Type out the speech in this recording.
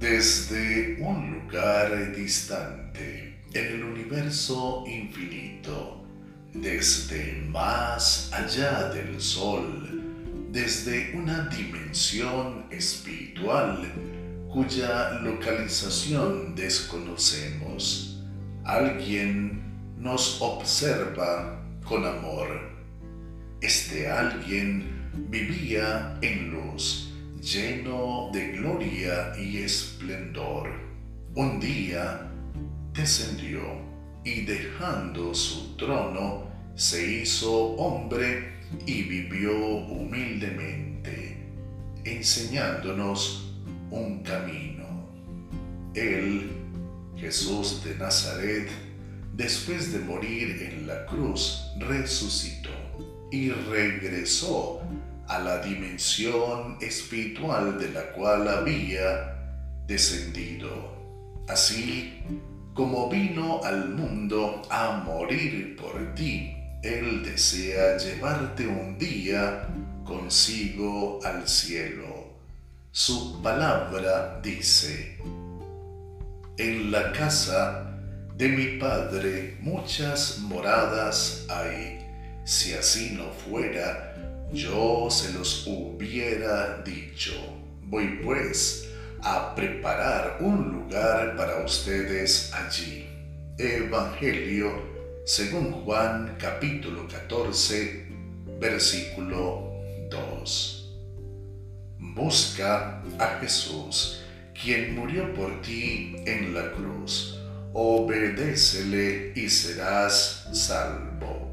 Desde un lugar distante, en el universo infinito, desde más allá del sol, desde una dimensión espiritual cuya localización desconocemos, alguien nos observa con amor. Este alguien vivía en luz, lleno de gloria y esplendor. Un día descendió y dejando su trono, se hizo hombre y vivió humildemente, enseñándonos un camino. Él, Jesús de Nazaret, después de morir en la cruz, resucitó y regresó a la dimensión espiritual de la cual había descendido. Así como vino al mundo a morir por ti, Él desea llevarte un día consigo al cielo. Su palabra dice: en la casa de mi Padre muchas moradas hay. Si así no fuera, yo se los hubiera dicho. Voy pues a preparar un lugar para ustedes allí. Evangelio según Juan capítulo 14, versículo 2. Busca a Jesús, quien murió por ti en la cruz. Obedécele y serás salvo.